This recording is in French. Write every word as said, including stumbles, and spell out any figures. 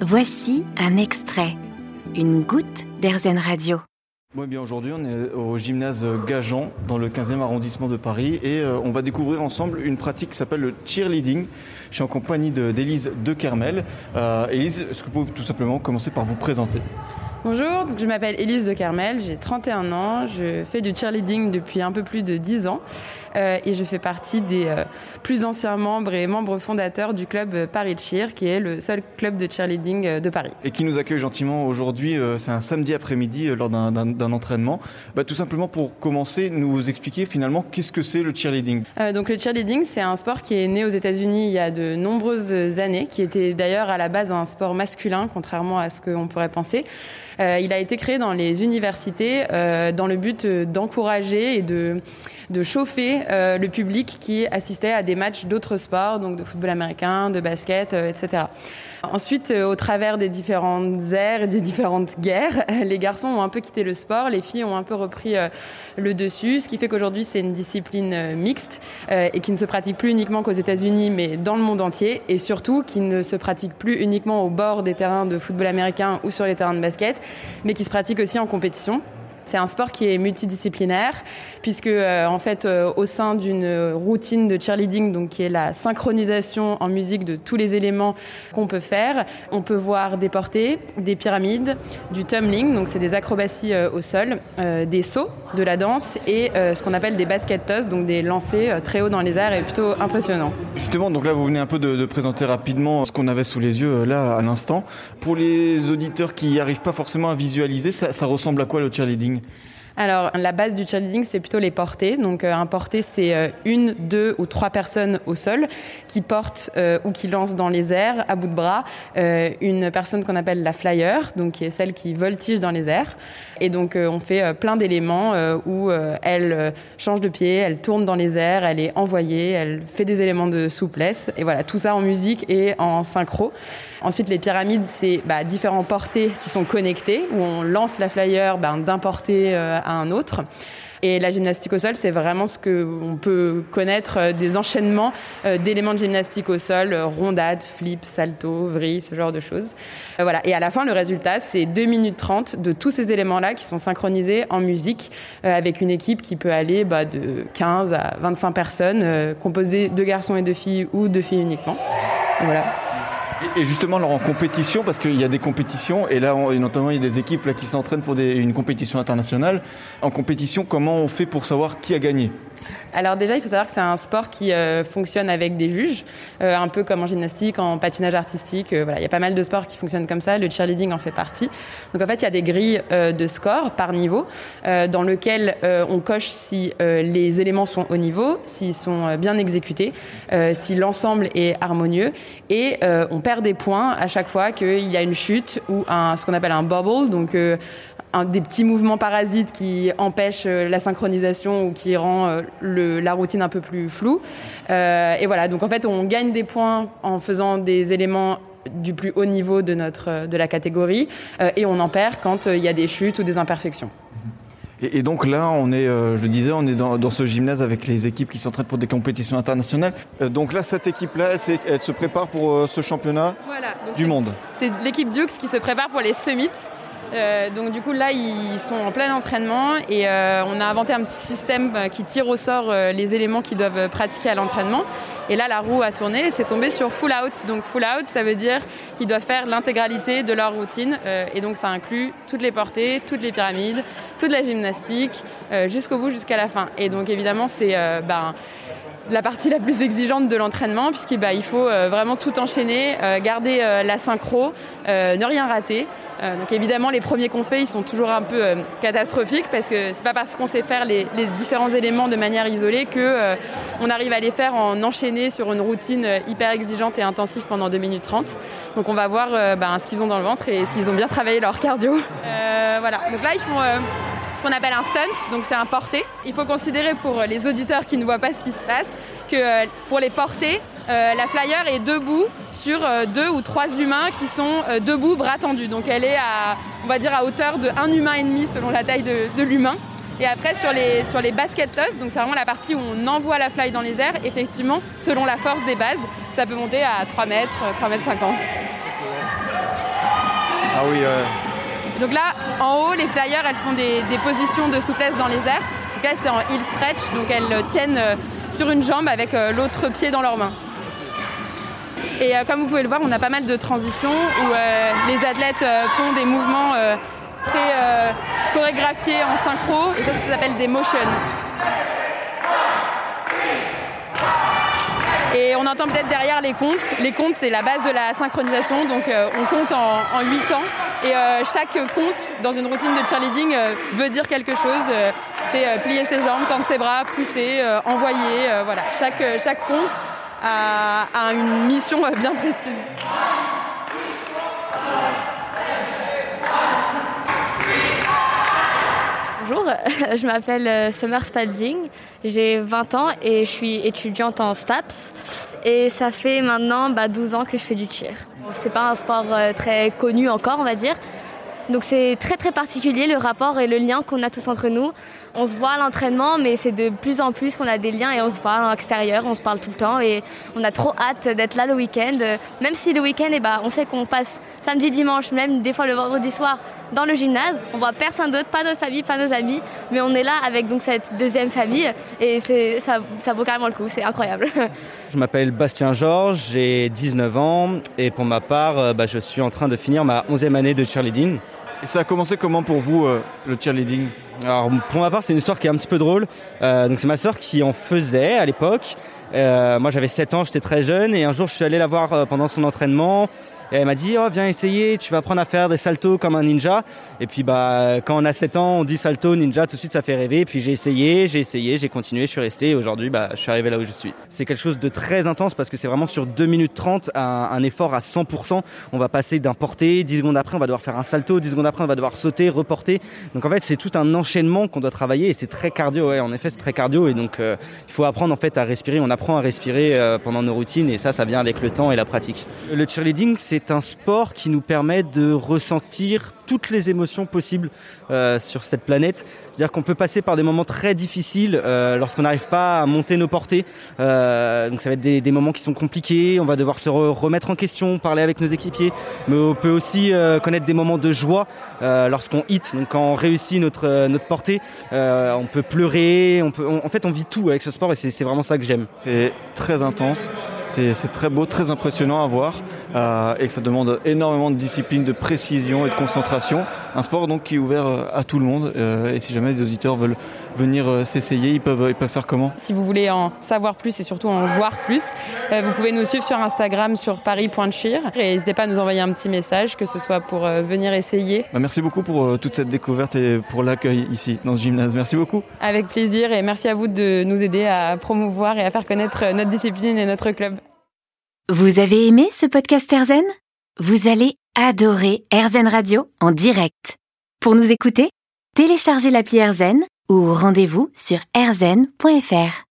Voici un extrait, une goutte d'Airzen Radio. Bon, eh bien, aujourd'hui, on est au gymnase Gajan, dans le quinzième arrondissement de Paris, et euh, on va découvrir ensemble une pratique qui s'appelle le cheerleading. Je suis en compagnie de, d'Élise Dekermel. Euh, Élise, est-ce que vous pouvez tout simplement commencer par vous présenter ? Bonjour, donc je m'appelle Élise Dekermel, j'ai trente et un ans, je fais du cheerleading depuis un peu plus de dix ans euh, et je fais partie des euh, plus anciens membres et membres fondateurs du club Paris Cheer, qui est le seul club de cheerleading euh, de Paris. Et qui nous accueille gentiment aujourd'hui, euh, c'est un samedi après-midi euh, lors d'un, d'un, d'un entraînement. Bah, tout simplement pour commencer, nous expliquer finalement qu'est-ce que c'est le cheerleading. Euh, donc le cheerleading, c'est un sport qui est né aux États-Unis il y a de nombreuses années, qui était d'ailleurs à la base un sport masculin, contrairement à ce qu'on pourrait penser. Euh, il a été créé dans les universités euh, dans le but d'encourager et de, de chauffer euh, le public qui assistait à des matchs d'autres sports, donc de football américain, de basket, euh, et cetera. Ensuite, euh, au travers des différentes ères et des différentes guerres, les garçons ont un peu quitté le sport, les filles ont un peu repris euh, le dessus, ce qui fait qu'aujourd'hui c'est une discipline euh, mixte euh, et qui ne se pratique plus uniquement qu'aux États-Unis, mais dans le monde entier, et surtout qui ne se pratique plus uniquement au bord des terrains de football américain ou sur les terrains de basket, mais qui se pratique aussi en compétition. C'est un sport qui est multidisciplinaire puisque euh, en fait euh, au sein d'une routine de cheerleading, donc qui est la synchronisation en musique de tous les éléments qu'on peut faire, on peut voir des portées, des pyramides, du tumbling, donc c'est des acrobaties euh, au sol, euh, des sauts, de la danse et euh, ce qu'on appelle des basket toss, donc des lancers euh, très haut dans les airs et plutôt impressionnants. Justement, donc là vous venez un peu de, de présenter rapidement ce qu'on avait sous les yeux euh, là à l'instant. Pour les auditeurs qui n'arrivent pas forcément à visualiser, ça, ça ressemble à quoi le cheerleading ? Alors, la base du cheerleading, c'est plutôt les portées. Donc, euh, un porté, c'est euh, une, deux ou trois personnes au sol qui portent euh, ou qui lancent dans les airs, à bout de bras, euh, une personne qu'on appelle la flyer, donc qui est celle qui voltige dans les airs. Et donc, euh, on fait euh, plein d'éléments euh, où euh, elle euh, change de pied, elle tourne dans les airs, elle est envoyée, elle fait des éléments de souplesse. Et voilà, tout ça en musique et en synchro. Ensuite, les pyramides, c'est bah, différents portés qui sont connectés, où on lance la flyer bah, d'un porté euh, à un autre. Et la gymnastique au sol, c'est vraiment ce qu'on peut connaître euh, des enchaînements euh, d'éléments de gymnastique au sol, euh, rondade, flip, salto, vrille, ce genre de choses. Euh, voilà. Et à la fin, le résultat, c'est deux minutes trente de tous ces éléments-là qui sont synchronisés en musique euh, avec une équipe qui peut aller bah, de quinze à vingt-cinq personnes, euh, composée de garçons et de filles ou de filles uniquement. Et voilà. Et justement, alors en compétition, parce qu'il y a des compétitions, et là, on, notamment, il y a des équipes là, qui s'entraînent pour des, une compétition internationale. En compétition, comment on fait pour savoir qui a gagné ? Alors déjà, il faut savoir que c'est un sport qui euh, fonctionne avec des juges, euh, un peu comme en gymnastique, en patinage artistique. Euh, voilà, il y a pas mal de sports qui fonctionnent comme ça. Le cheerleading en fait partie. Donc en fait, il y a des grilles euh, de score par niveau, euh, dans lequel euh, on coche si euh, les éléments sont au niveau, s'ils sont euh, bien exécutés, euh, si l'ensemble est harmonieux, et euh, on perd des points à chaque fois qu'il y a une chute ou un, ce qu'on appelle un bobble, donc euh, un, des petits mouvements parasites qui empêchent euh, la synchronisation ou qui rend euh, le, la routine un peu plus floue. Euh, et voilà, donc en fait, on gagne des points en faisant des éléments du plus haut niveau de, notre, de la catégorie euh, et on en perd quand il euh, y a des chutes ou des imperfections. Et, et donc là, on est, euh, je le disais, on est dans, dans ce gymnase avec les équipes qui s'entraînent pour des compétitions internationales. Euh, donc là, cette équipe-là, elle, elle se prépare pour euh, ce championnat voilà, donc du c'est, monde. C'est l'équipe Dukes qui se prépare pour les summits. Euh, donc du coup là ils sont en plein entraînement et euh, on a inventé un petit système qui tire au sort euh, les éléments qu'ils doivent pratiquer à l'entraînement. Et là la roue a tourné et c'est tombé sur full out. Donc full out, ça veut dire qu'ils doivent faire l'intégralité de leur routine euh, et donc ça inclut toutes les portées, toutes les pyramides, toute la gymnastique euh, jusqu'au bout, jusqu'à la fin. Et donc évidemment c'est euh, ben, la partie la plus exigeante de l'entraînement puisqu'il bah, il faut euh, vraiment tout enchaîner, euh, garder euh, la synchro, euh, ne rien rater. Euh, donc évidemment les premiers qu'on fait ils sont toujours un peu euh, catastrophiques parce que c'est pas parce qu'on sait faire les, les différents éléments de manière isolée que euh, on arrive à les faire en enchaîné sur une routine euh, hyper exigeante et intensive pendant deux minutes trente. Donc on va voir euh, bah, ce qu'ils ont dans le ventre et s'ils ont bien travaillé leur cardio. Euh, voilà, donc là ils font euh, ce qu'on appelle un stunt, donc c'est un porté. Il faut considérer pour les auditeurs qui ne voient pas ce qui se passe que euh, pour les portés, euh, la flyer est debout sur euh, deux ou trois humains qui sont euh, debout, bras tendus. Donc elle est à, on va dire à hauteur de un humain et demi selon la taille de, de l'humain. Et après sur les, sur les basket toss, donc c'est vraiment la partie où on envoie la fly dans les airs, effectivement, selon la force des bases, ça peut monter à trois mètres, trois mètres cinquante. Ah oui, ouais. Donc là, en haut, les flyers, elles font des, des positions de souplesse dans les airs. Donc là, c'était en heel stretch, donc elles tiennent euh, sur une jambe avec euh, l'autre pied dans leurs mains. Et euh, comme vous pouvez le voir, on a pas mal de transitions où euh, les athlètes euh, font des mouvements euh, très euh, chorégraphiés en synchro, et ça, ça s'appelle des motions. Et on entend peut-être derrière les comptes. Les comptes, c'est la base de la synchronisation, donc euh, on compte en, en huit temps. Et euh, chaque compte dans une routine de cheerleading euh, veut dire quelque chose. Euh, c'est euh, plier ses jambes, tendre ses bras, pousser, euh, envoyer. Euh, voilà. Chaque, euh, chaque compte a, a une mission euh, bien précise. Bonjour, je m'appelle Summer Spalding, j'ai vingt ans et je suis étudiante en STAPS. Et ça fait maintenant bah, douze ans que je fais du cheer. C'est pas un sport euh, très connu encore, on va dire. Donc c'est très très particulier le rapport et le lien qu'on a tous entre nous. On se voit à l'entraînement, mais c'est de plus en plus qu'on a des liens et on se voit à l'extérieur, on se parle tout le temps et on a trop hâte d'être là le week-end. Même si le week-end, eh bah, on sait qu'on passe samedi, dimanche, même des fois le vendredi soir dans le gymnase. On voit personne d'autre, pas notre famille, pas nos amis, mais on est là avec donc cette deuxième famille et c'est, ça, ça vaut carrément le coup, c'est incroyable. Je m'appelle Bastien Georges, j'ai dix-neuf ans et pour ma part, bah, je suis en train de finir ma onzième année de cheerleading. Et ça a commencé comment pour vous, euh, le cheerleading ? Alors pour ma part, c'est une histoire qui est un petit peu drôle. Euh, donc c'est ma sœur qui en faisait à l'époque. Euh, moi j'avais sept ans, j'étais très jeune et un jour je suis allé la voir euh, pendant son entraînement. Et elle m'a dit oh, viens essayer, tu vas apprendre à faire des saltos comme un ninja. Et puis bah quand on a sept ans, on dit salto, ninja, tout de suite ça fait rêver. Et puis j'ai essayé, j'ai essayé, j'ai continué, je suis resté et aujourd'hui bah, je suis arrivé là où je suis. C'est quelque chose de très intense parce que c'est vraiment sur deux minutes trente un, un effort à cent pour cent. On va passer d'un porté, dix secondes après on va devoir faire un salto, dix secondes après on va devoir sauter, reporter. Donc en fait c'est tout un enchaînement qu'on doit travailler et c'est très cardio. Ouais, en effet c'est très cardio et donc euh, il faut apprendre en fait à respirer. On apprend à respirer euh, pendant nos routines et ça, ça vient avec le temps et la pratique. Le cheerleading c'est C'est un sport qui nous permet de ressentir toutes les émotions possibles euh, sur cette planète. C'est-à-dire qu'on peut passer par des moments très difficiles euh, lorsqu'on n'arrive pas à monter nos portées. Euh, donc ça va être des, des moments qui sont compliqués, on va devoir se re- remettre en question, parler avec nos équipiers. Mais on peut aussi euh, connaître des moments de joie euh, lorsqu'on hit, donc quand on réussit notre, euh, notre portée. Euh, on peut pleurer, on peut, on, en fait on vit tout avec ce sport et c'est, c'est vraiment ça que j'aime. C'est très intense, c'est, c'est très beau, très impressionnant à voir euh, et que ça demande énormément de discipline, de précision et de concentration. Un sport donc qui est ouvert à tout le monde euh, et si jamais les auditeurs veulent venir euh, s'essayer, ils peuvent, ils peuvent faire comment ? Si vous voulez en savoir plus et surtout en voir plus, euh, vous pouvez nous suivre sur Instagram sur paris point cheer et n'hésitez pas à nous envoyer un petit message, que ce soit pour euh, venir essayer. Bah, merci beaucoup pour euh, toute cette découverte et pour l'accueil ici dans ce gymnase. Merci beaucoup. Avec plaisir et merci à vous de nous aider à promouvoir et à faire connaître notre discipline et notre club. Vous avez aimé ce podcast AirZen ? Vous allez adorer AirZen Radio en direct. Pour nous écouter, téléchargez l'appli AirZen ou rendez-vous sur airzen point f r.